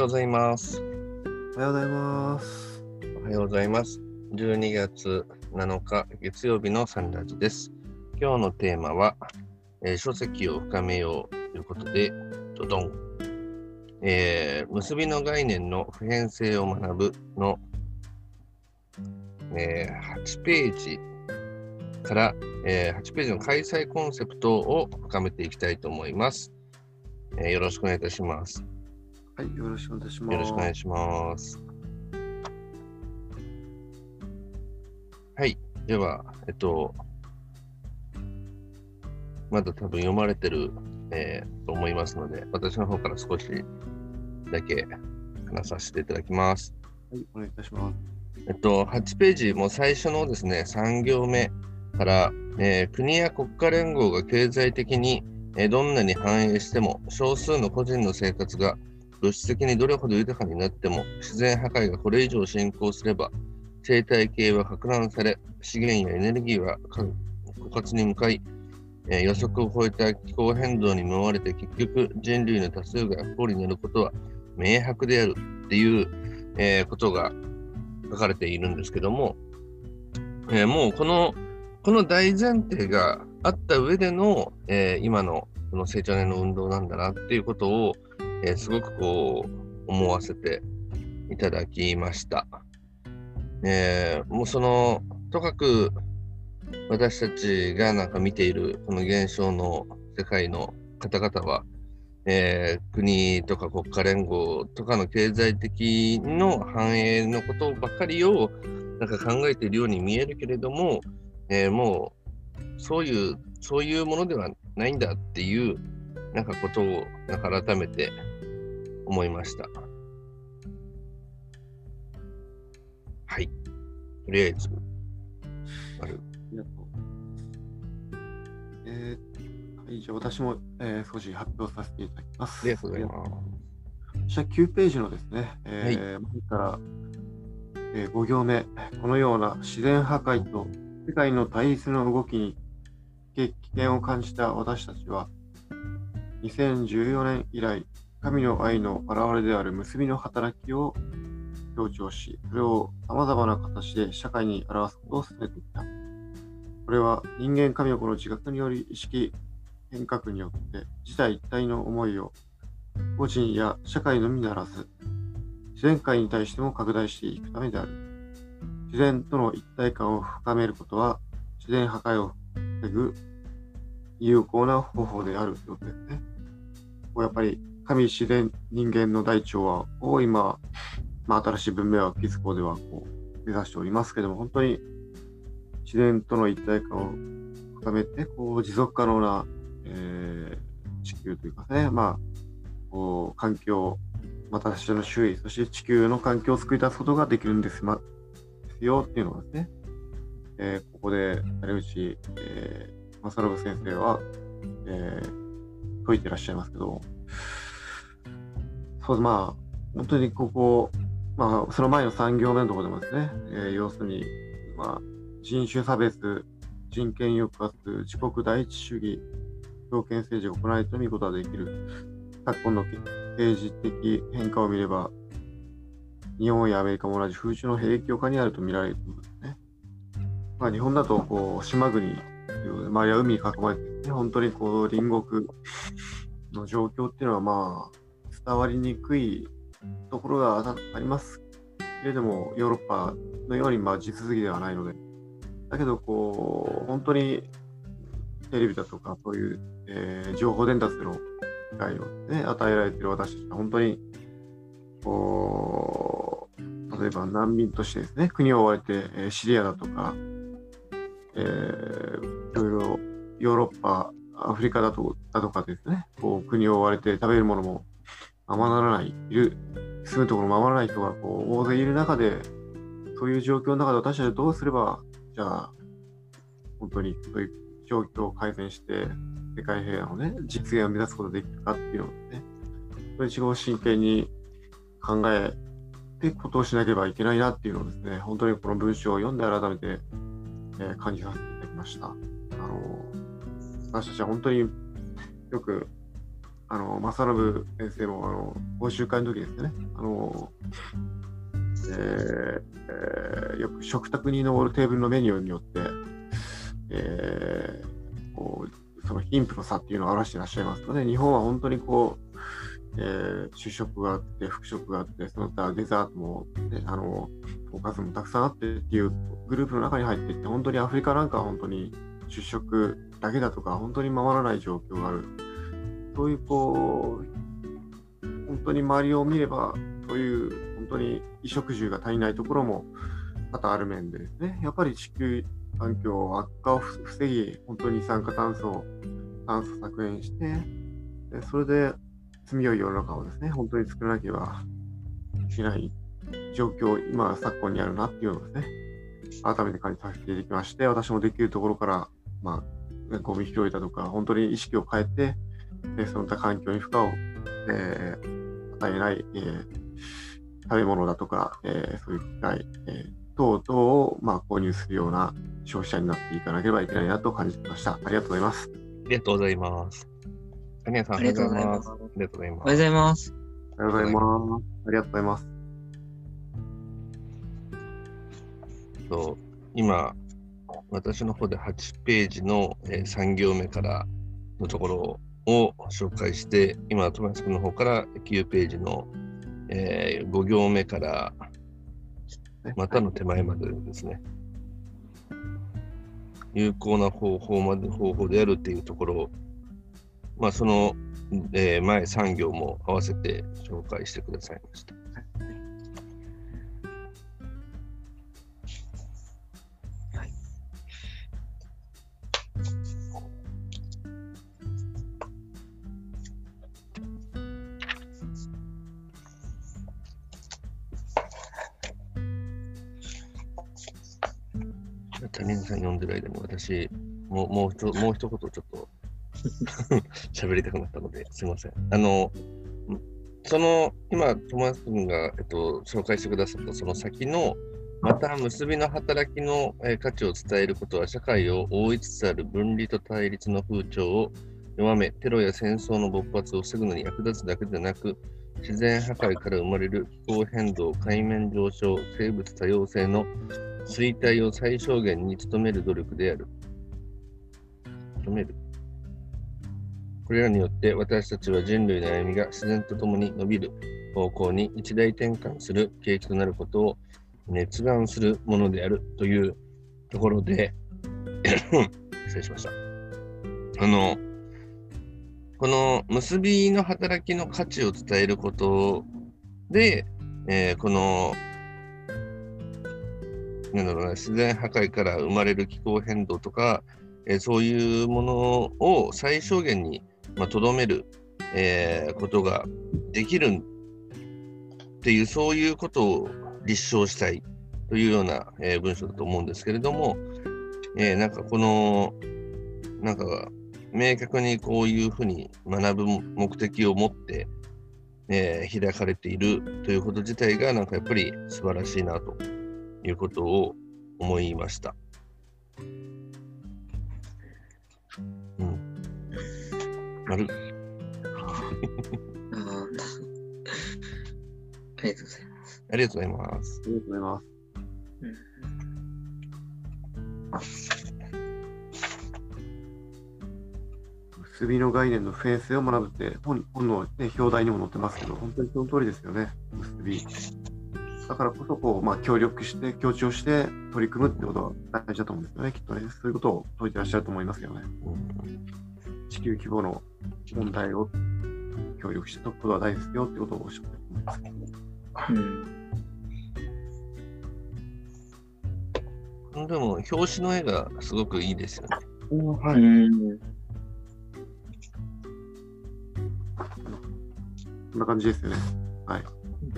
ございます。 おはようございます。 おはようございます。12月7日月曜日のサンラジです。今日のテーマは、書籍を深めようということで、ドドン、結びの概念の普遍性を学ぶの、8ページから、8ページの開催コンセプトを深めていきたいと思います。よろしくお願いいたします。 はい、よろしくお願いします。 よろしくお願いします。はい、では、まだ多分読まれてる、と思いますので、私の方から少しだけ話させていただきます。 はい、お願いいたします。 8ページ、もう最初のですね、3行目から、国や国家連合が経済的に、どんなに繁栄しても、少数の個人の生活が物質的にどれほど豊かになっても、自然破壊がこれ以上進行すれば、生態系は撹乱され、資源やエネルギーは枯渇に向かい、予測を超えた気候変動に見舞われて、結局人類の多数が不幸になることは明白であるっていう、ことが書かれているんですけども、もうこの大前提があった上での、今のこの成長年の運動なんだなっていうことを、すごくこう思わせていただきました。もうとかく私たちがなんか見ているこの現象の世界の方々は、国とか国家連合とかの経済的の繁栄のことばかりをなんか考えているように見えるけれども、もうそういうものではないんだっていうなんかことをなんか改めて思いました。はい。とりあえずありがとう。はい、じゃあ私も、少し発表させていただきます。 ありがとうございます。 私は9ページのですね、 はい前から、5行目、このような自然破壊と世界の対立の動きに危険を感じた私たちは、2014年以来、神の愛の表れである結びの働きを強調し、それを様々な形で社会に表すことを進めてきた。これは人間神の子の自覚により意識変革によって自体一体の思いを個人や社会のみならず自然界に対しても拡大していくためである。自然との一体感を深めることは自然破壊を防ぐ有効な方法であるということですね。やっぱり神自然人間の大調和を今、新しい文明を築こうでは目指しておりますけども、本当に自然との一体感を深めて持続可能な、地球というかね、環境、私の周囲、そして地球の環境を作り出すことができるんですよっていうのがですね、ここで谷口、正信先生は、説いてらっしゃいますけど、本当にその前の3行目のところでもですね、要するに、人種差別、人権抑圧、自国第一主義、強権政治を行われてみることができる。昨今の政治的変化を見れば、日本やアメリカも同じ風習の影響下にあると見られるということですね。日本だと島国、周りは海に囲まれてですね、本当に隣国の状況っていうのは伝わりにくいところがありますけれども、ヨーロッパのように地続きではないので、だけど本当にテレビだとかそういう、情報伝達の機会を、ね、与えられている私たちは本当に例えば難民としてですね、国を追われて、シリアだとか、いろいろヨーロッパ、アフリカだとかですね、国を追われて食べるものもままならない、住むところままならない人が大勢いる中で、そういう状況の中で私たちはどうすれば、じゃあ本当にそういう状況を改善して世界平和のね、実現を目指すことができるかっていうのをね、それを真剣に考えてことをしなければいけないなっていうのをですね、本当にこの文章を読んで改めて、感じさせていただきました。私たちは本当によく正信先生も講習会の時ですね、よく食卓に上るテーブルのメニューによって、その貧富の差っていうのを表していらっしゃいますとね、日本は本当に主食があって副食があって、その他デザートも、ね、おかずもたくさんあってっていうグループの中に入っていって、本当にアフリカなんかは本当に主食だけだとか本当に回らない状況がある。そういう本当に周りを見れば、そういう本当に衣食住が足りないところも多々ある面でですね、やっぱり地球環境悪化を防ぎ、本当に二酸化炭素削減して、それで住みよい世の中をですね、本当に作らなければいけない状況、今昨今にあるなっていうのをですね、改めて感じさせていただきまして、私もできるところから、ゴミ拾いだとか、本当に意識を変えて、その他環境に負荷を、与えない、食べ物だとか、そういう機械、等々を、購入するような消費者になっていかなければいけないなと感じてました。ありがとうございます。 ありがとうございます。谷谷さん、 ありがとうございます。 ありがとうございます。 おはようございます。 ありがとうございます。ありがとうございます。 今、私の方で8ページの3行目からのところを紹介して、今、トマス君の方から9ページの5行目からまたの手前までですね、有効な方法であるっていうところを、その、前3行も合わせて紹介してくださいました。谷さん読んでる間に私、もう一言ちょっと喋りたくなったので、すみません。今、トマス君が、紹介してくださったその先の、また結びの働きの、価値を伝えることは、社会を覆いつつある分離と対立の風潮を弱め、テロや戦争の勃発を防ぐのに役立つだけでなく、自然破壊から生まれる気候変動、海面上昇、生物多様性の衰退を最小限に努める努力である。これらによって私たちは人類の歩みが自然とともに伸びる方向に一大転換する契機となることを熱願するものであるというところで失礼しました。この結びの働きの価値を伝えることで、この自然破壊から生まれる気候変動とか、そういうものを最小限にとどめる、ことができるっていう、そういうことを立証したいというような、文章だと思うんですけれども、明確にこういうふうに学ぶ目的を持って、開かれているということ自体がやっぱり素晴らしいなということを思いました。 ありがとうございます。 ありがとうございます。 ありがとうございます。結びの概念の普遍性を学ぶって本の、表題にも載ってますけど、本当にその通りですよね。結び。だからこそ協力して協調して取り組むってことが大事だと思うんですよね。きっとね、そういうことを説いてらっしゃると思いますよね。地球規模の問題を協力して解くことは大事ですよってことをおっしゃってると思います。 でも表紙の絵がすごくいいですよね。 はい。こんな感じですよね。はい。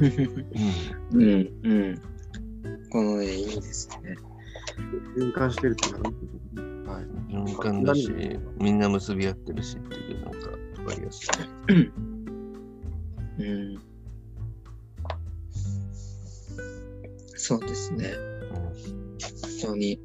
この絵いいですね。 循環してるっていうのは、はい。 循環だし、みんな結び合ってるしっていう、わかりやすい。 そうですね。非常に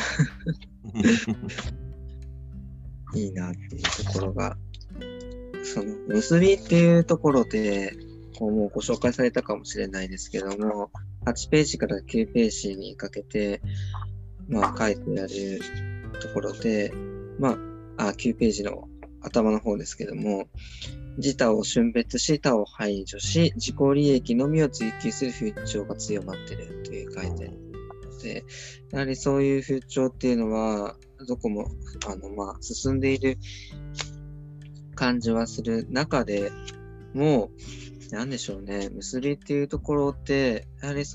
いいなっていうところがすその結びっていうところで、もうご紹介されたかもしれないですけども、8ページから9ページにかけて、書いてあるところで、9ページの頭の方ですけども、自他を峻別し、他を排除し、自己利益のみを追求する風潮が強まっているという書いてあるので、やはりそういう風潮っていうのは、どこも進んでいる感じはする中でもう、なんでしょうね、結びっていうところって、やはり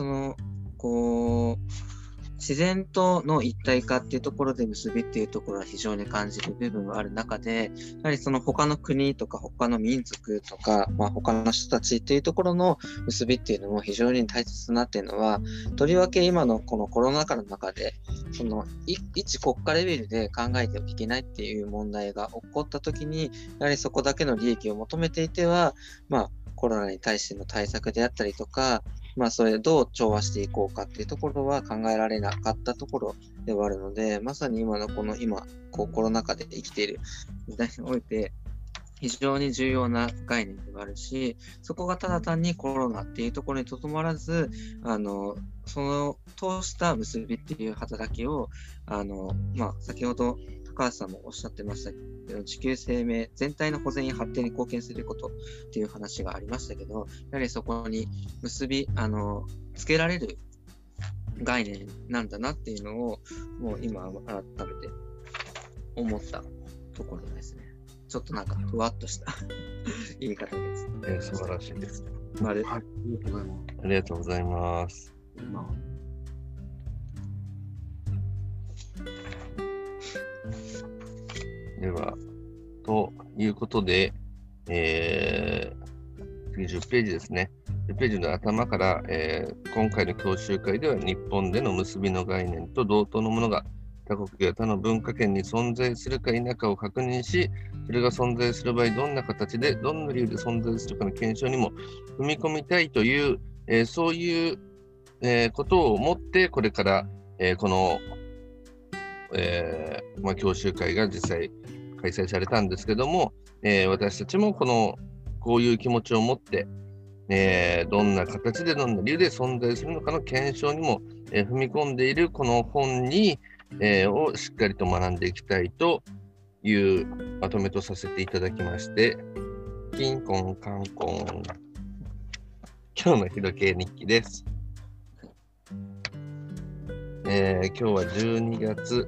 自然との一体化っていうところで結びっていうところは非常に感じる部分がある中で、やはりその他の国とか他の民族とか、他の人たちっていうところの結びっていうのも非常に大切になっているのは、とりわけ今のこのコロナ禍の中で、その一国家レベルで考えてはいけないっていう問題が起こったときに、やはりそこだけの利益を求めていては、コロナに対しての対策であったりとか、それをどう調和していこうかっていうところは考えられなかったところではあるので、まさに今のコロナ禍で生きている時代において、非常に重要な概念ではあるし、そこがただ単にコロナっていうところにとどまらず、その通した結びっていう働きを、先ほど高橋さんもおっしゃってましたけど、地球生命全体の保全や発展に貢献することっていう話がありましたけど、やはりそこに結び、つけられる概念なんだなっていうのを、もう今改めて思ったところですね。ちょっとなんかふわっとした言い方です。 素晴らしいです。 ありがとうございます。では、ということで、次10ページですね。10ページの頭から、今回の教習会では日本での結びの概念と同等のものが他国や他の文化圏に存在するか否かを確認し、それが存在する場合、どんな形で、どんな理由で存在するかの検証にも踏み込みたいという、そういう、ことを思って、これから、この、教習会が実際開催されたんですけども、私たちもこういう気持ちを持って、どんな形でどんな理由で存在するのかの検証にも、踏み込んでいるこの本に、をしっかりと学んでいきたいというまとめとさせていただきまして、キンコンカンコン、今日の日時計日記です。今日は12月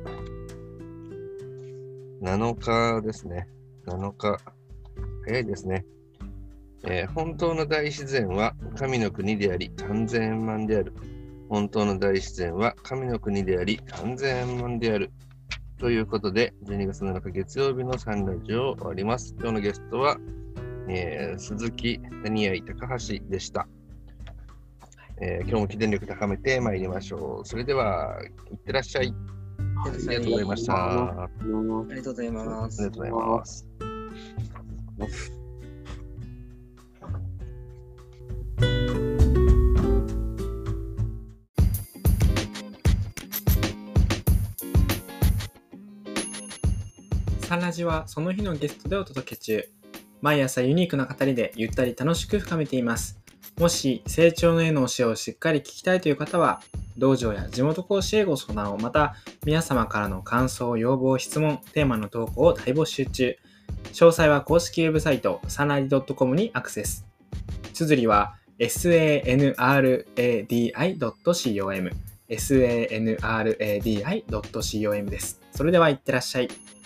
7日ですね。7日。早いですね。本当の大自然は神の国であり完全円満である。本当の大自然は神の国であり完全円満である。ということで、12月7日月曜日のサンラジオを終わります。今日のゲストは、鈴木谷合高橋でした。今日も機電力高めてまいりましょう。それでは、いってらっしゃい。ありがとうございました。 ありがとうございます。 ありがとうございます。 サンラジはその日のゲストでお届け中。毎朝ユニークな語りでゆったり楽しく深めています。もし成長の絵の教えをしっかり聞きたいという方は、道場や地元講師へご相談を、また皆様からの感想、要望、質問、テーマの投稿を大募集中。詳細は公式ウェブサイトサナリ .com にアクセス。綴りは sanradi.com sanradi.com です。それではいってらっしゃい。